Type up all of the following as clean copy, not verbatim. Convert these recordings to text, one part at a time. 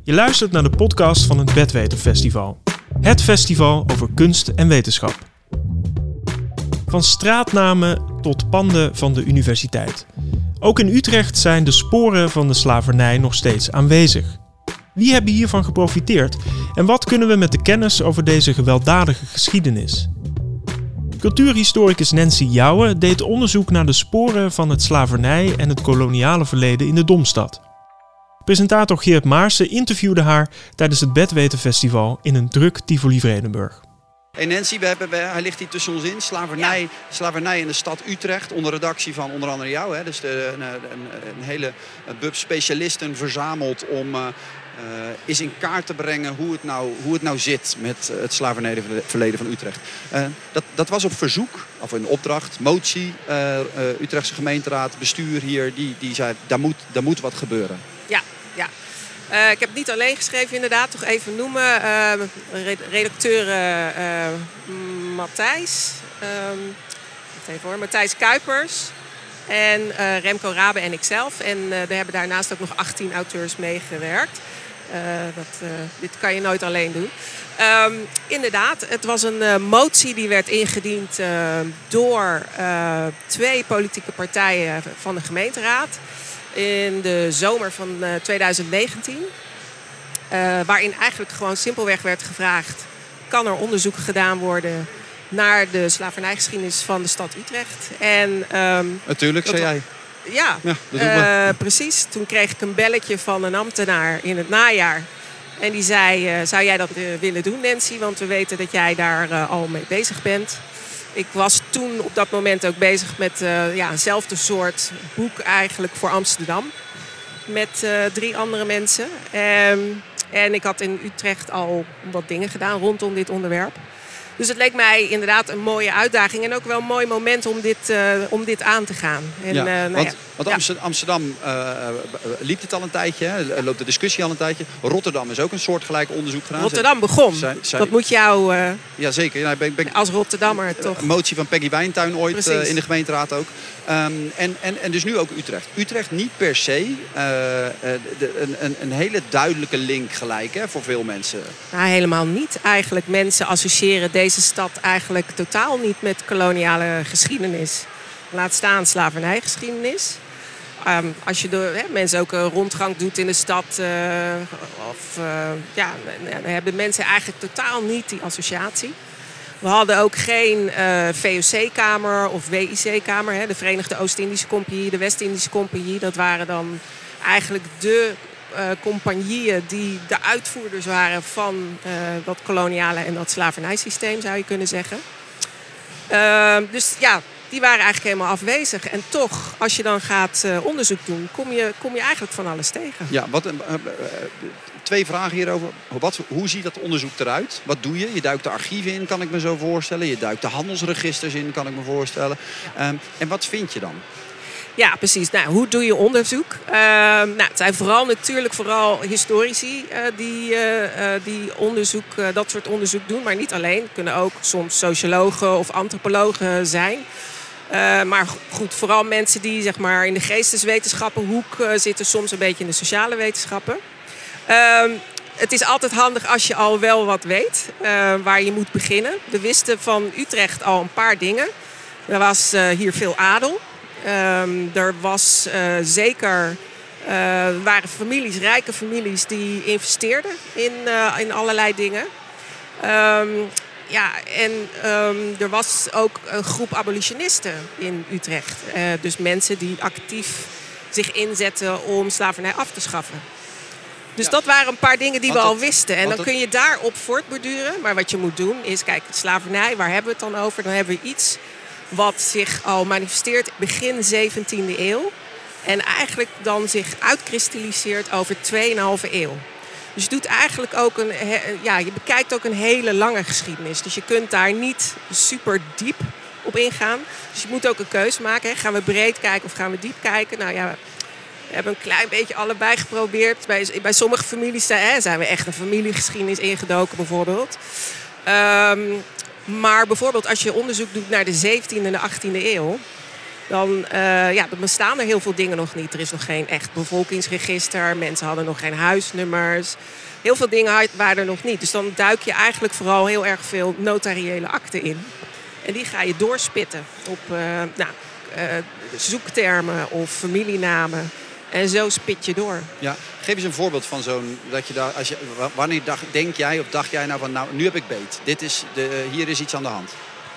Je luistert naar de podcast van het Bedweterfestival. Het festival over kunst en wetenschap. Van straatnamen tot panden van de universiteit. Ook in Utrecht zijn de sporen van de slavernij nog steeds aanwezig. Wie hebben hiervan geprofiteerd en wat kunnen we met de kennis over deze gewelddadige geschiedenis? Cultuurhistoricus Nancy Jouwe deed onderzoek naar de sporen van het slavernij en het koloniale verleden in de Domstad. Presentator Geert Maarsen interviewde haar tijdens het Bedweterfestival in een druk Tivoli-Vredenburg. Hey Nancy, hij ligt hier tussen ons in. Slavernij in de stad Utrecht, onder redactie van onder andere jou. Hè? Dus een hele bub specialisten verzameld om eens in kaart te brengen hoe het nou zit met het slavernijverleden van Utrecht. Dat was op verzoek, of in opdracht, motie, Utrechtse gemeenteraad, bestuur hier, die zei, daar moet wat gebeuren. Ja. Ik heb het niet alleen geschreven, inderdaad. Toch even noemen. Redacteur Matthijs. Matthijs Kuipers. En Remco Rabe en ikzelf. En er hebben daarnaast ook nog 18 auteurs meegewerkt. Dit kan je nooit alleen doen. Inderdaad, het was een motie die werd ingediend door 2 politieke partijen van de gemeenteraad. In de zomer van 2019. Waarin eigenlijk gewoon simpelweg werd gevraagd: kan er onderzoek gedaan worden naar de slavernijgeschiedenis van de stad Utrecht? En, natuurlijk, zei jij. Ja, dat doen we. Precies. Toen kreeg ik een belletje van een ambtenaar in het najaar. En die zei, zou jij dat willen doen, Nancy? Want we weten dat jij daar al mee bezig bent. Ik was toen op dat moment ook bezig met eenzelfde soort boek eigenlijk voor Amsterdam. Met 3 andere mensen. En ik had in Utrecht al wat dingen gedaan rondom dit onderwerp. Dus het leek mij inderdaad een mooie uitdaging. En ook wel een mooi moment om dit aan te gaan. En, want Amsterdam liep het al een tijdje. Loopt de discussie al een tijdje. Rotterdam is ook een soortgelijk onderzoek gedaan. Rotterdam begon. Dat moet jou ja, zeker. Ja, als Rotterdammer toch. Een motie van Peggy Wijntuin ooit in de gemeenteraad ook. En dus nu ook Utrecht. Utrecht niet per se een hele duidelijke link gelijk, hè, voor veel mensen. Nou, helemaal niet. Eigenlijk mensen associëren deze stad eigenlijk totaal niet met koloniale geschiedenis. Laat staan slavernijgeschiedenis. Als je mensen ook een rondgang doet in de stad, dan hebben mensen eigenlijk totaal niet die associatie. We hadden ook geen VOC-kamer of WIC-kamer. De Verenigde Oost-Indische Compagnie, de West-Indische Compagnie. Dat waren dan eigenlijk de compagnieën die de uitvoerders waren van dat koloniale en dat slavernijsysteem, zou je kunnen zeggen. Dus ja, die waren eigenlijk helemaal afwezig. En toch, als je dan gaat onderzoek doen, kom je eigenlijk van alles tegen. Ja, 2 vragen hierover. Hoe ziet dat onderzoek eruit? Wat doe je? Je duikt de archieven in, kan ik me zo voorstellen. Je duikt de handelsregisters in, kan ik me voorstellen. En wat vind je dan? Ja, precies. Nou, hoe doe je onderzoek? Het zijn vooral historici die dat soort onderzoek doen. Maar niet alleen. Het kunnen ook soms sociologen of antropologen zijn. Maar goed, vooral mensen die zeg maar in de geesteswetenschappenhoek zitten. Soms een beetje in de sociale wetenschappen. Het is altijd handig als je al wel wat weet waar je moet beginnen. We wisten van Utrecht al een paar dingen. Er was hier veel adel. Er was waren families, rijke families, die investeerden in allerlei dingen. Er was ook een groep abolitionisten in Utrecht. Dus mensen die actief zich inzetten om slavernij af te schaffen. Dus dat waren een paar dingen die we al wisten. En dan kun je daarop voortborduren. Maar wat je moet doen is, kijk, slavernij, waar hebben we het dan over? Dan hebben we iets wat zich al manifesteert begin 17e eeuw. En eigenlijk dan zich uitkristalliseert over 2,5 eeuw. Dus je doet eigenlijk ook je bekijkt ook een hele lange geschiedenis. Dus je kunt daar niet super diep op ingaan. Dus je moet ook een keuze maken. Hè. Gaan we breed kijken of gaan we diep kijken? Nou ja, we hebben een klein beetje allebei geprobeerd. Bij sommige families zijn we echt een familiegeschiedenis ingedoken bijvoorbeeld. Maar bijvoorbeeld als je onderzoek doet naar de 17e en de 18e eeuw... dan bestaan er heel veel dingen nog niet. Er is nog geen echt bevolkingsregister. Mensen hadden nog geen huisnummers. Heel veel dingen waren er nog niet. Dus dan duik je eigenlijk vooral heel erg veel notariële akten in. En die ga je doorspitten op zoektermen of familienamen. En zo spit je door. Ja, geef eens een voorbeeld van zo'n... dat je daar, wanneer denk jij of dacht jij nou van... nou, nu heb ik beet. Hier is iets aan de hand.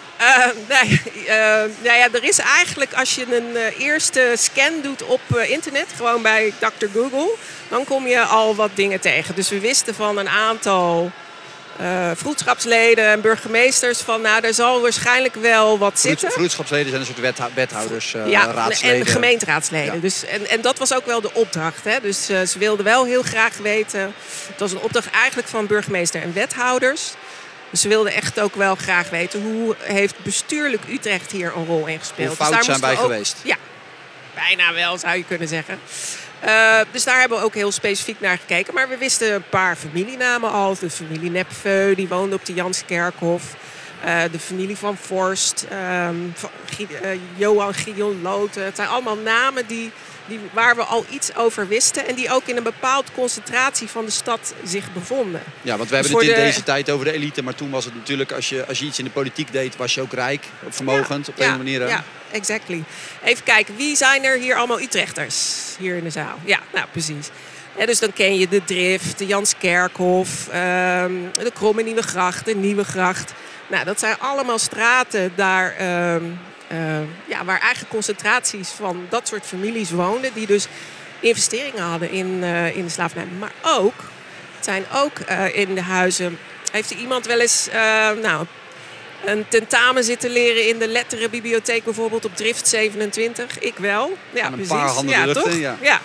Er is eigenlijk, als je een eerste scan doet op internet, gewoon bij Dr. Google, dan kom je al wat dingen tegen. Dus we wisten van een aantal vroedschapsleden en burgemeesters van, nou, er zal waarschijnlijk wel wat zitten. Vroedschapsleden zijn een soort wethouders, raadsleden. En gemeenteraadsleden. Ja. Dus, en dat was ook wel de opdracht. Hè? Dus ze wilden wel heel graag weten. Het was een opdracht eigenlijk van burgemeester en wethouders. Dus ze wilden echt ook wel graag weten, hoe heeft bestuurlijk Utrecht hier een rol in gespeeld. Hoe fout zijn wij geweest? Ja, bijna wel zou je kunnen zeggen. Dus daar hebben we ook heel specifiek naar gekeken. Maar we wisten een paar familienamen al. De familie Nepveu, die woonde op de Janskerkhof. De familie van Vorst. Johan Gideon Loten. Het zijn allemaal namen waar we al iets over wisten. En die ook in een bepaald concentratie van de stad zich bevonden. Ja, want we hebben het in deze tijd over de elite. Maar toen was het natuurlijk, als je iets in de politiek deed, was je ook rijk, vermogend op de een manier. Ja, exactly. Even kijken, wie zijn er hier allemaal Utrechters hier in de zaal? Ja, nou precies. Ja, dus dan ken je de Drift, de Janskerkhof, de Kromme Nieuwegracht, de Nieuwegracht. Nou, dat zijn allemaal straten daar... waar eigenlijk concentraties van dat soort families woonden, die dus investeringen hadden in de slavernij. Maar het zijn ook in de huizen. Heeft er iemand wel eens een tentamen zitten leren in de letterenbibliotheek bijvoorbeeld op Drift 27? Ik wel. Ja, aan een precies. Paar handen luchten, toch? Ja.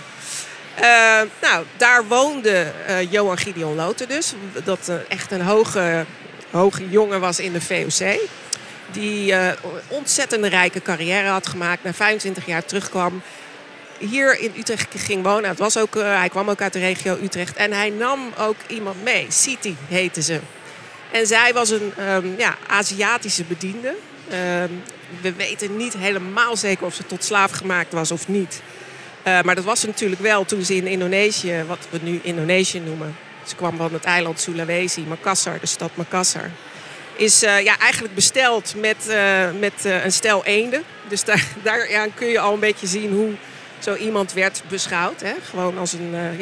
Daar woonde Johan Gideon Loten dus. Dat echt een hoge jongen was in de VOC. Die ontzettend rijke carrière had gemaakt. Na 25 jaar terugkwam. Hier in Utrecht ging wonen. Het was ook, hij kwam ook uit de regio Utrecht. En hij nam ook iemand mee. Siti heette ze. En zij was een Aziatische bediende. We weten niet helemaal zeker of ze tot slaaf gemaakt was of niet. Maar dat was ze natuurlijk wel toen ze in Indonesië, wat we nu Indonesië noemen. Ze kwam van het eiland Sulawesi, Makassar, de stad Makassar. Is eigenlijk besteld met een stel eenden. Dus daar kun je al een beetje zien hoe zo iemand werd beschouwd. Hè? Gewoon als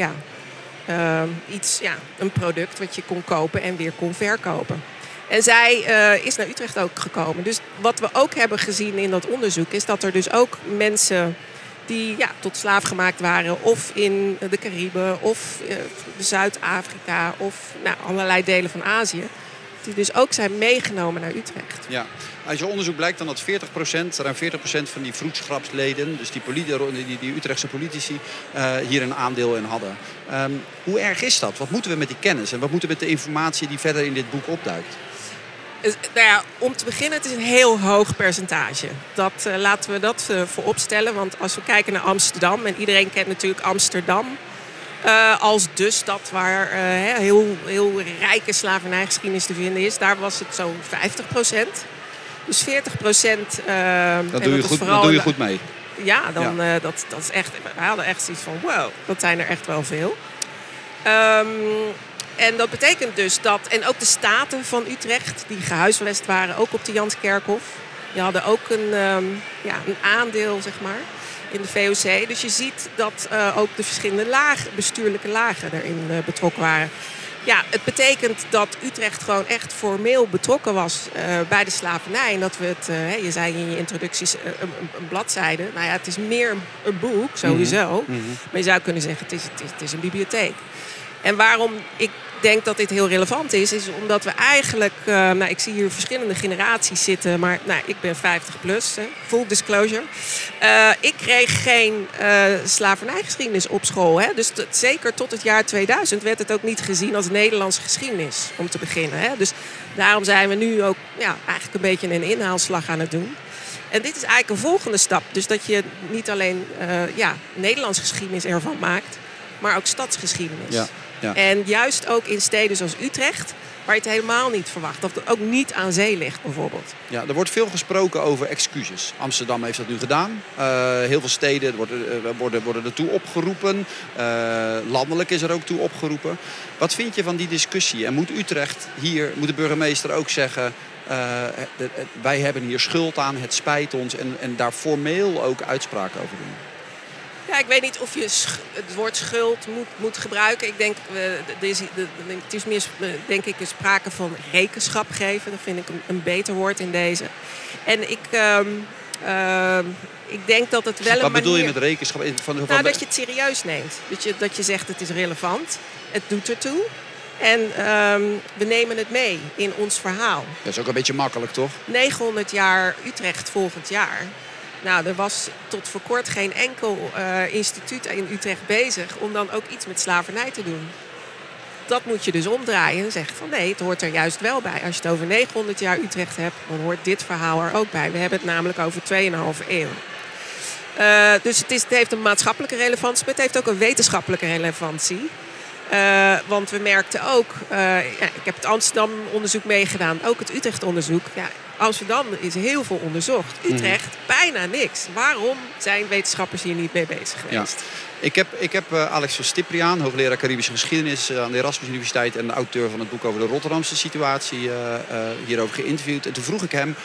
een product wat je kon kopen en weer kon verkopen. En zij is naar Utrecht ook gekomen. Dus wat we ook hebben gezien in dat onderzoek is dat er dus ook mensen die tot slaaf gemaakt waren, of in de Cariben of Zuid-Afrika of allerlei delen van Azië, die dus ook zijn meegenomen naar Utrecht. Ja, uit je onderzoek blijkt dan dat ruim 40% van die vroedschapsleden, dus die Utrechtse politici, hier een aandeel in hadden. Hoe erg is dat? Wat moeten we met die kennis en wat moeten we met de informatie die verder in dit boek opduikt? Om te beginnen, het is een heel hoog percentage. Laten we dat voorop stellen. Want als we kijken naar Amsterdam, en iedereen kent natuurlijk Amsterdam als de stad waar heel rijke slavernijgeschiedenis te vinden is. Daar was het zo'n 50%. Dus 40%. Dat doe je goed mee. Ja, dat is echt. We hadden echt zoiets van wow, dat zijn er echt wel veel. En dat betekent dus dat, en ook de staten van Utrecht, die gehuisvest waren, ook op de Janskerkhof, die hadden ook een aandeel, zeg maar, in de VOC. Dus je ziet dat ook de verschillende bestuurlijke lagen erin betrokken waren. Ja, het betekent dat Utrecht gewoon echt formeel betrokken was bij de slavernij. En dat we het, je zei in je introducties, een bladzijde. Nou ja, het is meer een boek, sowieso. Mm-hmm. Maar je zou kunnen zeggen, het is een bibliotheek. En waarom ik denk dat dit heel relevant is omdat we eigenlijk... ik zie hier verschillende generaties zitten, maar ik ben 50 plus, full disclosure. Ik kreeg geen slavernijgeschiedenis op school. Hè? Dus zeker tot het jaar 2000 werd het ook niet gezien als Nederlandse geschiedenis, om te beginnen. Hè? Dus daarom zijn we nu ook eigenlijk een beetje een inhaalslag aan het doen. En dit is eigenlijk een volgende stap. Dus dat je niet alleen Nederlandse geschiedenis ervan maakt, maar ook stadsgeschiedenis. Ja. Ja. En juist ook in steden zoals Utrecht, waar je het helemaal niet verwacht. Dat het ook niet aan zee ligt bijvoorbeeld. Ja, er wordt veel gesproken over excuses. Amsterdam heeft dat nu gedaan. Heel veel steden worden ertoe opgeroepen. Landelijk is er ook toe opgeroepen. Wat vind je van die discussie? En moet Utrecht hier, moet de burgemeester ook zeggen... wij hebben hier schuld aan, het spijt ons... en daar formeel ook uitspraken over doen? Ja, ik weet niet of je het woord schuld moet gebruiken. Ik denk, het is meer denk ik, sprake van rekenschap geven. Dat vind ik een beter woord in deze. En ik denk dat het wel een manier... Wat bedoel je met rekenschap? Dat je het serieus neemt. Dat je zegt het is relevant. Het doet ertoe. En we nemen het mee in ons verhaal. Dat is ook een beetje makkelijk, toch? 900 jaar Utrecht volgend jaar. Nou, er was tot voor kort geen enkel instituut in Utrecht bezig om dan ook iets met slavernij te doen. Dat moet je dus omdraaien en zeggen van nee, het hoort er juist wel bij. Als je het over 900 jaar Utrecht hebt, dan hoort dit verhaal er ook bij. We hebben het namelijk over 2,5 eeuw. Dus het heeft een maatschappelijke relevantie, maar het heeft ook een wetenschappelijke relevantie. Want we merkten ook, ik heb het Amsterdam-onderzoek meegedaan, ook het Utrecht-onderzoek. Ja, Amsterdam is heel veel onderzocht. Utrecht, bijna niks. Waarom zijn wetenschappers hier niet mee bezig geweest? Ja. Ik heb Alex van Stipriaan, hoogleraar Caribische geschiedenis aan de Erasmus Universiteit... en de auteur van het boek over de Rotterdamse situatie hierover geïnterviewd. En toen vroeg ik hem...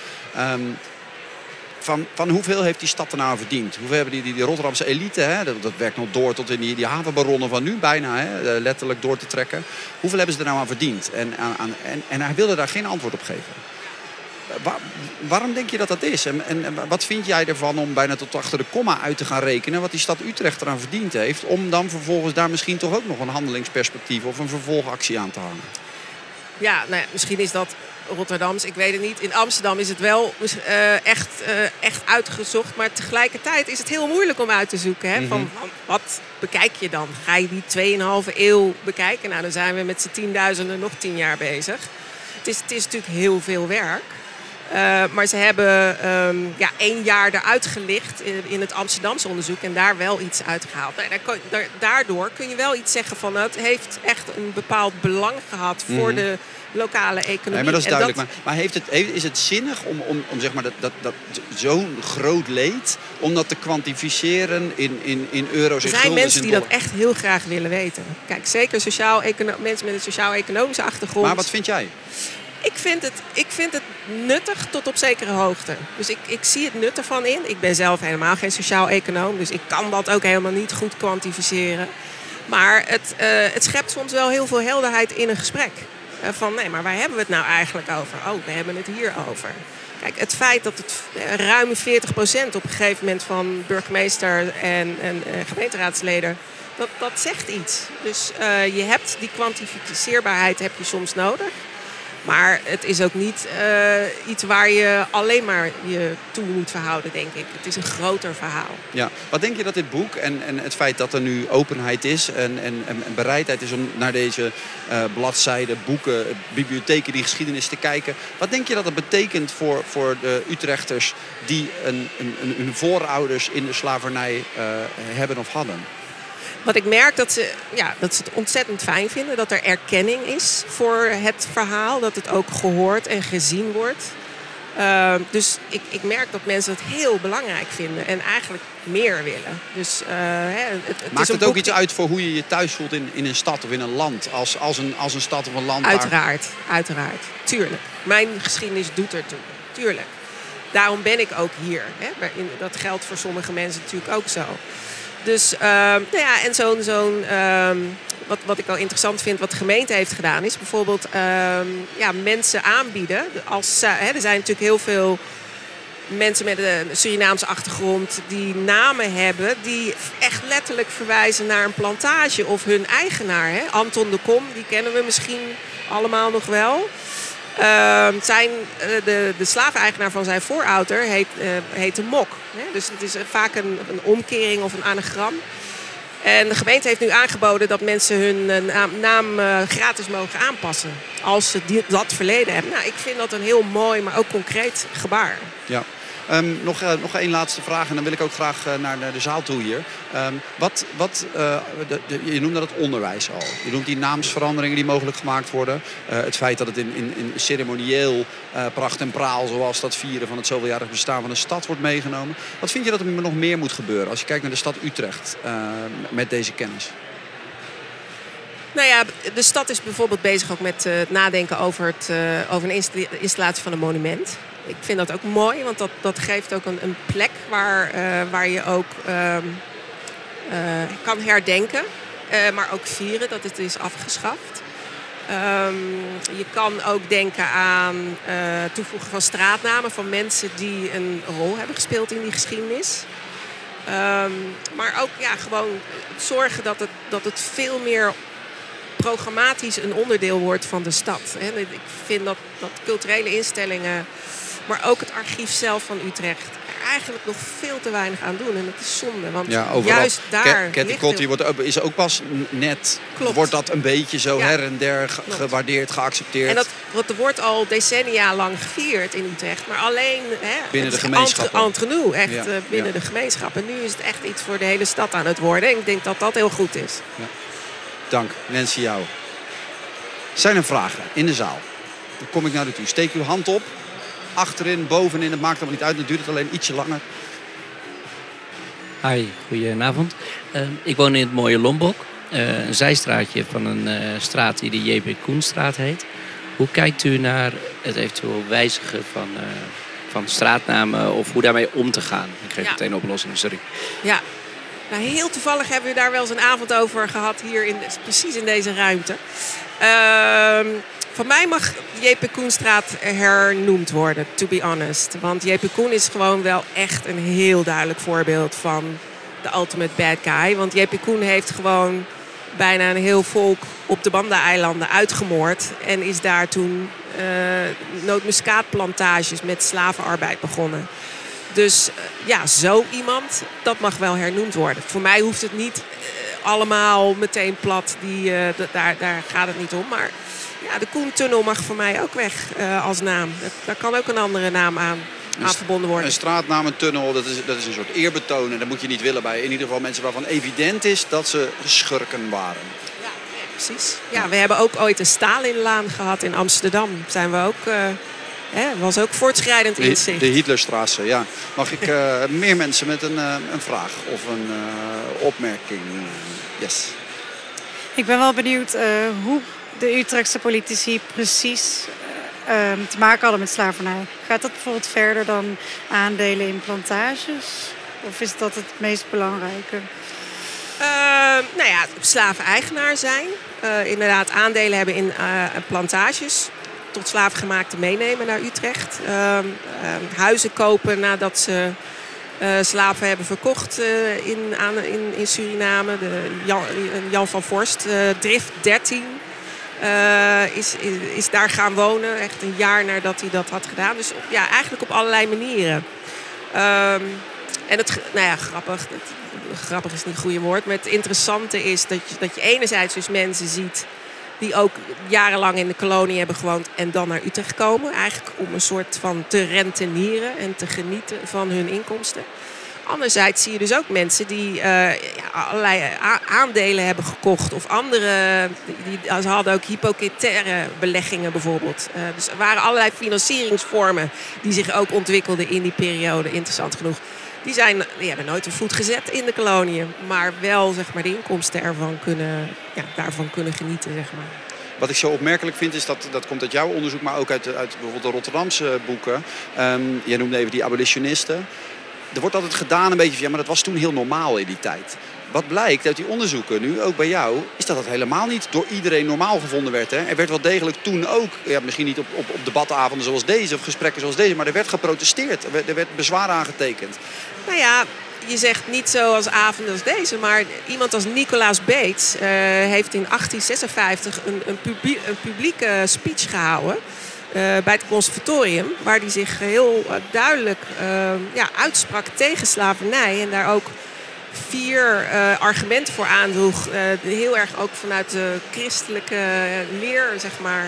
Van hoeveel heeft die stad er nou verdiend? Hoeveel hebben die Rotterdamse elite, hè? Dat werkt nog door tot in die havenbaronnen van nu bijna, hè? Letterlijk door te trekken. Hoeveel hebben ze er nou aan verdiend? En hij wilde daar geen antwoord op geven. Waarom denk je dat dat is? En wat vind jij ervan om bijna tot achter de komma uit te gaan rekenen... wat die stad Utrecht eraan verdiend heeft... om dan vervolgens daar misschien toch ook nog een handelingsperspectief... of een vervolgactie aan te hangen? Ja, nou ja, misschien is dat... Rotterdams, ik weet het niet. In Amsterdam is het wel echt uitgezocht. Maar tegelijkertijd is het heel moeilijk om uit te zoeken. Hè? Van wat bekijk je dan? Ga je die 2,5 eeuw bekijken? Nou, dan zijn we met z'n 10.000 nog 10 jaar bezig. Het is natuurlijk heel veel werk. Maar ze hebben 1 jaar eruit gelicht in het Amsterdamse onderzoek. En daar wel iets uitgehaald. Daardoor kun je wel iets zeggen van... het heeft echt een bepaald belang gehad voor de... lokale economie. Nee, maar dat is duidelijk. Maar is het zinnig om zeg maar dat zo'n groot leed... om dat te kwantificeren in euro's en gulden? Er zijn mensen die dat echt heel graag willen weten. Kijk, zeker mensen met een sociaal-economische achtergrond. Maar wat vind jij? Ik vind het nuttig tot op zekere hoogte. Dus ik zie het nut ervan in. Ik ben zelf helemaal geen sociaal-econoom. Dus ik kan dat ook helemaal niet goed kwantificeren. Maar het schept soms wel heel veel helderheid in een gesprek. Van nee, maar waar hebben we het nou eigenlijk over? Oh, we hebben het hier over. Kijk, het feit dat het ruim 40% op een gegeven moment van burgemeester en gemeenteraadsleden, dat zegt iets. Dus je hebt die kwantificeerbaarheid heb je soms nodig. Maar het is ook niet iets waar je alleen maar je toe moet verhouden, denk ik. Het is een groter verhaal. Ja. Wat denk je dat dit boek en het feit dat er nu openheid is... en bereidheid is om naar deze bladzijden, boeken, bibliotheken, die geschiedenis te kijken... wat denk je dat het betekent voor de Utrechters die hun voorouders in de slavernij hebben of hadden? Wat ik merk dat ze het ontzettend fijn vinden. Dat er erkenning is voor het verhaal. Dat het ook gehoord en gezien wordt. Dus ik merk dat mensen het heel belangrijk vinden. En eigenlijk meer willen. Dus, maakt het ook iets uit voor hoe je je thuis voelt in een stad of in een land? Als een stad of een land? Uiteraard. Tuurlijk. Mijn geschiedenis doet ertoe. Tuurlijk. Daarom ben ik ook hier. Hè? Dat geldt voor sommige mensen natuurlijk ook zo. Dus wat ik al interessant vind, wat de gemeente heeft gedaan, is bijvoorbeeld mensen aanbieden. Er zijn natuurlijk heel veel mensen met een Surinaamse achtergrond die namen hebben die echt letterlijk verwijzen naar een plantage of hun eigenaar. Hè? Anton de Kom, die kennen we misschien allemaal nog wel. De slaveneigenaar van zijn voorouder heette Mok. Hè? Dus het is vaak een omkering of een anagram. En de gemeente heeft nu aangeboden dat mensen hun naam gratis mogen aanpassen. Als ze dat verleden hebben. Nou, ik vind dat een heel mooi, maar ook concreet gebaar. Ja. Nog één laatste vraag en dan wil ik ook graag naar de zaal toe hier. Je noemde dat het onderwijs al. Je noemt die naamsveranderingen die mogelijk gemaakt worden. Het feit dat het in ceremonieel pracht en praal, zoals dat vieren van het zoveeljarig bestaan van een stad, wordt meegenomen. Wat vind je dat er nog meer moet gebeuren als je kijkt naar de stad Utrecht met deze kennis? Nou ja, de stad is bijvoorbeeld bezig ook met het nadenken over een installatie van een monument. Ik vind dat ook mooi, want dat geeft ook een plek waar je ook kan herdenken. Maar ook vieren dat het is afgeschaft. Je kan ook denken aan toevoegen van straatnamen van mensen die een rol hebben gespeeld in die geschiedenis. Maar ook gewoon zorgen dat het veel meer programmatisch een onderdeel wordt van de stad. Ik vind dat culturele instellingen, maar ook het archief zelf van Utrecht, er eigenlijk nog veel te weinig aan doen. En dat is zonde, want juist daar Cathy Kotti is ook pas net, wordt dat een beetje zo her en der gewaardeerd, geaccepteerd. En dat wordt al decennia lang gevierd in Utrecht, maar alleen binnen de gemeenschap. Entre nous, echt binnen de gemeenschap. En nu is het echt iets voor de hele stad aan het worden. En ik denk dat dat heel goed is. Ja. Dank, Nancy, jou. Zijn er vragen in de zaal? Dan kom ik naar u toe. Steek uw hand op. Achterin, bovenin, het maakt allemaal niet uit. Dan duurt het alleen ietsje langer. Hi, goedenavond. Ik woon in het mooie Lombok. Een zijstraatje van een straat die de J.P. Koenstraat heet. Hoe kijkt u naar het eventueel wijzigen van straatnamen of hoe daarmee om te gaan? Ik geef meteen een oplossing, sorry. Ja. Nou, heel toevallig hebben we daar wel eens een avond over gehad hier precies in deze ruimte. Van mij mag J.P. Koenstraat hernoemd worden, to be honest. Want J.P. Koen is gewoon wel echt een heel duidelijk voorbeeld van de ultimate bad guy. Want J.P. Koen heeft gewoon bijna een heel volk op de Banda-eilanden uitgemoord. En is daar toen nootmuskaatplantages met slavenarbeid begonnen. Dus zo iemand, dat mag wel hernoemd worden. Voor mij hoeft het niet allemaal meteen plat. Daar gaat het niet om. Maar de Koentunnel mag voor mij ook weg als naam. Daar kan ook een andere naam aan verbonden worden. Een straatnaam, een tunnel, dat is een soort eerbetoon. En dat moet je niet willen bij in ieder geval mensen waarvan evident is dat ze schurken waren. Ja, precies. Ja, we hebben ook ooit een Stalinlaan gehad in Amsterdam. Zijn we ook... was ook voortschrijdend inzicht. De Hitlerstraße, ja. Mag ik meer mensen met een vraag of een opmerking? Yes. Ik ben wel benieuwd hoe de Utrechtse politici precies te maken hadden met slavernij. Gaat dat bijvoorbeeld verder dan aandelen in plantages? Of is dat het meest belangrijke? Slaven-eigenaar zijn. Inderdaad aandelen hebben in plantages. Tot slavengemaakte meenemen naar Utrecht. Huizen kopen nadat ze slaven hebben verkocht in Suriname. Jan van Vorst, Drift 13, is daar gaan wonen. Echt een jaar nadat hij dat had gedaan. Dus eigenlijk op allerlei manieren. En grappig is niet het goede woord. Maar het interessante is dat je enerzijds dus mensen ziet die ook jarenlang in de kolonie hebben gewoond en dan naar Utrecht komen. Eigenlijk om een soort van te rentenieren en te genieten van hun inkomsten. Anderzijds zie je dus ook mensen die allerlei aandelen hebben gekocht. Of andere, ze hadden ook hypothekaire beleggingen bijvoorbeeld. Dus er waren allerlei financieringsvormen die zich ook ontwikkelden in die periode, interessant genoeg. Die hebben nooit een voet gezet in de koloniën. Maar wel de inkomsten daarvan kunnen genieten. Zeg maar. Wat ik zo opmerkelijk vind is dat komt uit jouw onderzoek, maar ook uit bijvoorbeeld de Rotterdamse boeken. Jij noemde even die abolitionisten. Er wordt altijd gedaan een beetje van, maar dat was toen heel normaal in die tijd. Wat blijkt uit die onderzoeken nu, ook bij jou, is dat helemaal niet door iedereen normaal gevonden werd. Hè? Er werd wel degelijk toen ook, misschien niet op debatavonden zoals deze of gesprekken zoals deze, maar er werd geprotesteerd. Er werd bezwaar aangetekend. Nou ja, je zegt niet zo als avonden als deze, maar iemand als Nicolaas Beets heeft in 1856 een publieke speech gehouden bij het conservatorium, waar hij zich heel duidelijk uitsprak tegen slavernij en daar ook 4 argumenten voor aandroeg. Heel erg ook vanuit de christelijke leer,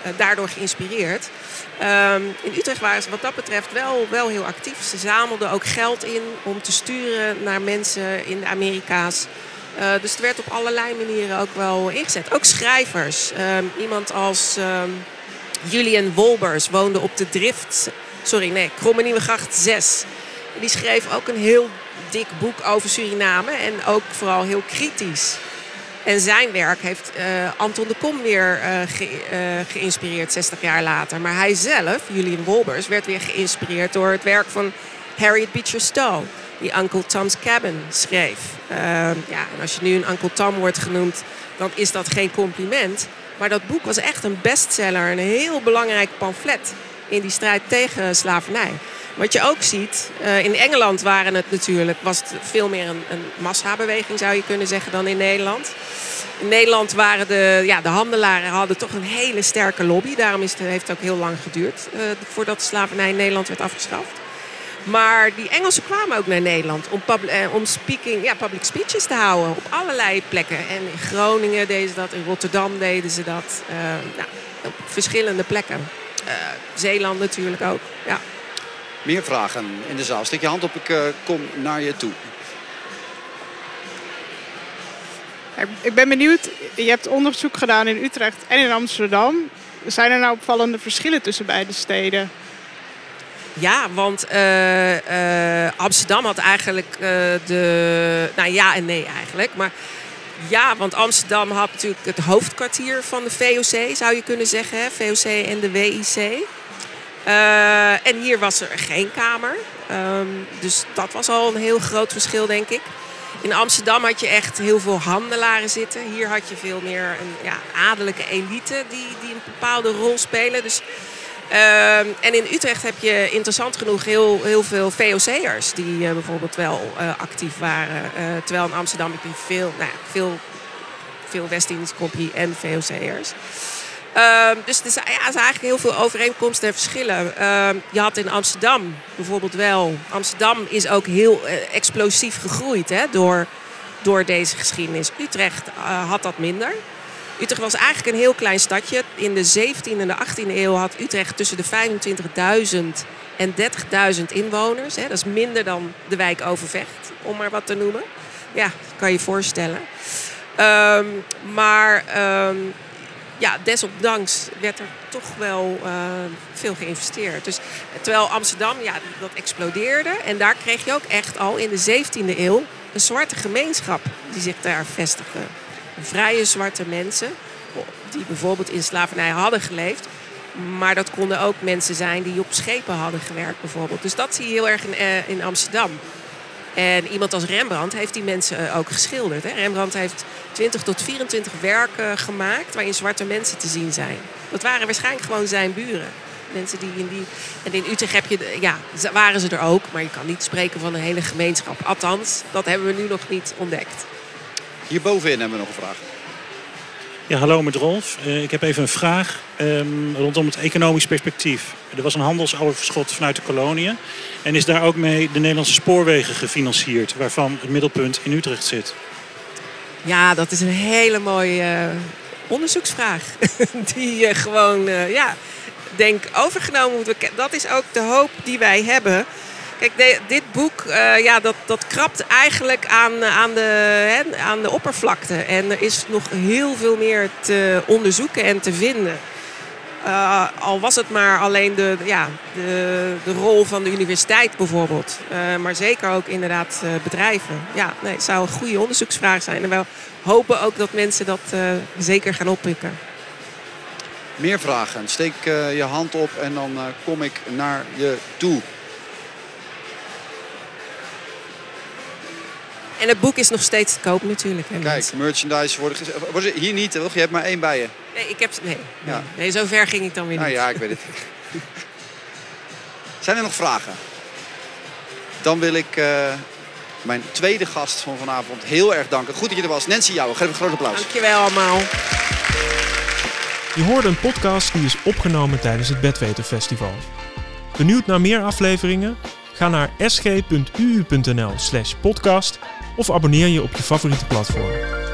daardoor geïnspireerd. In Utrecht waren ze wat dat betreft wel heel actief. Ze zamelden ook geld in om te sturen naar mensen in de Amerika's. Dus het werd op allerlei manieren ook wel ingezet. Ook schrijvers. Iemand als Julian Wolbers woonde op de Kromme Nieuwegracht 6. Die schreef ook een heel dik boek over Suriname en ook vooral heel kritisch. En zijn werk heeft Anton de Kom weer geïnspireerd 60 jaar later. Maar hij zelf, Julian Wolbers, werd weer geïnspireerd door het werk van Harriet Beecher Stowe, die Uncle Tom's Cabin schreef. En als je nu een Uncle Tom wordt genoemd, dan is dat geen compliment. Maar dat boek was echt een bestseller, een heel belangrijk pamflet in die strijd tegen slavernij. Wat je ook ziet, in Engeland was het veel meer een massabeweging, zou je kunnen zeggen, dan in Nederland. In Nederland waren de handelaren hadden toch een hele sterke lobby. Daarom heeft het ook heel lang geduurd voordat de slavernij in Nederland werd afgeschaft. Maar die Engelsen kwamen ook naar Nederland om public speeches te houden op allerlei plekken. En in Groningen deden ze dat, in Rotterdam deden ze dat, op verschillende plekken. Zeeland natuurlijk ook, ja. Meer vragen in de zaal. Steek je hand op, ik kom naar je toe. Ik ben benieuwd, je hebt onderzoek gedaan in Utrecht en in Amsterdam. Zijn er nou opvallende verschillen tussen beide steden? Ja, want Amsterdam had eigenlijk ja en nee eigenlijk. Maar ja, want Amsterdam had natuurlijk het hoofdkwartier van de VOC, zou je kunnen zeggen. Hè? VOC en de WIC. En hier was er geen kamer. Dus dat was al een heel groot verschil, denk ik. In Amsterdam had je echt heel veel handelaren zitten. Hier had je veel meer een adellijke elite die een bepaalde rol spelen. Dus, en in Utrecht heb je interessant genoeg heel veel VOC'ers die bijvoorbeeld wel actief waren. Terwijl in Amsterdam heb je veel West-Indische Compagnie en VOC'ers. Dus er zijn eigenlijk heel veel overeenkomsten en verschillen. Je had in Amsterdam bijvoorbeeld wel. Amsterdam is ook heel explosief gegroeid door deze geschiedenis. Utrecht had dat minder. Utrecht was eigenlijk een heel klein stadje. In de 17e en de 18e eeuw had Utrecht tussen de 25.000 en 30.000 inwoners. Dat is minder dan de wijk Overvecht, om maar wat te noemen. Ja, dat kan je je voorstellen. Desondanks werd er toch wel veel geïnvesteerd. Dus, terwijl Amsterdam, dat explodeerde. En daar kreeg je ook echt al in de 17e eeuw een zwarte gemeenschap die zich daar vestigde. Vrije zwarte mensen die bijvoorbeeld in slavernij hadden geleefd. Maar dat konden ook mensen zijn die op schepen hadden gewerkt bijvoorbeeld. Dus dat zie je heel erg in Amsterdam. En iemand als Rembrandt heeft die mensen ook geschilderd. Hè? Rembrandt heeft 20 tot 24 werken gemaakt waarin zwarte mensen te zien zijn. Dat waren waarschijnlijk gewoon zijn buren. Mensen die En in Utrecht waren ze er ook, maar je kan niet spreken van een hele gemeenschap. Althans, dat hebben we nu nog niet ontdekt. Hierbovenin hebben we nog een vraag. Ja, hallo met Rolf. Ik heb even een vraag rondom het economisch perspectief. Er was een handelsoverschot vanuit de koloniën. En is daar ook mee de Nederlandse spoorwegen gefinancierd, waarvan het middelpunt in Utrecht zit? Ja, dat is een hele mooie onderzoeksvraag. Die denk overgenomen moet worden. Dat is ook de hoop die wij hebben. Kijk, dit boek dat krabt eigenlijk aan de oppervlakte. En er is nog heel veel meer te onderzoeken en te vinden. Al was het maar alleen de rol van de universiteit bijvoorbeeld. Maar zeker ook inderdaad bedrijven. Het zou een goede onderzoeksvraag zijn. En we hopen ook dat mensen dat zeker gaan oppikken. Meer vragen. Steek je hand op en dan kom ik naar je toe. En het boek is nog steeds te koop natuurlijk. Hè, kijk, mensen. Merchandise wordt hier niet, toch? Je hebt maar 1 bij je. Nee, nee, zo ver ging ik dan weer niet. Ja, ik weet het. Zijn er nog vragen? Dan wil ik mijn tweede gast van vanavond heel erg danken. Goed dat je er was. Nancy Jouwen, geef een groot applaus. Dankjewel allemaal. Je hoorde een podcast die is opgenomen tijdens het Bedweter Festival. Benieuwd naar meer afleveringen? Ga naar sg.uu.nl/podcast of abonneer je op je favoriete platform.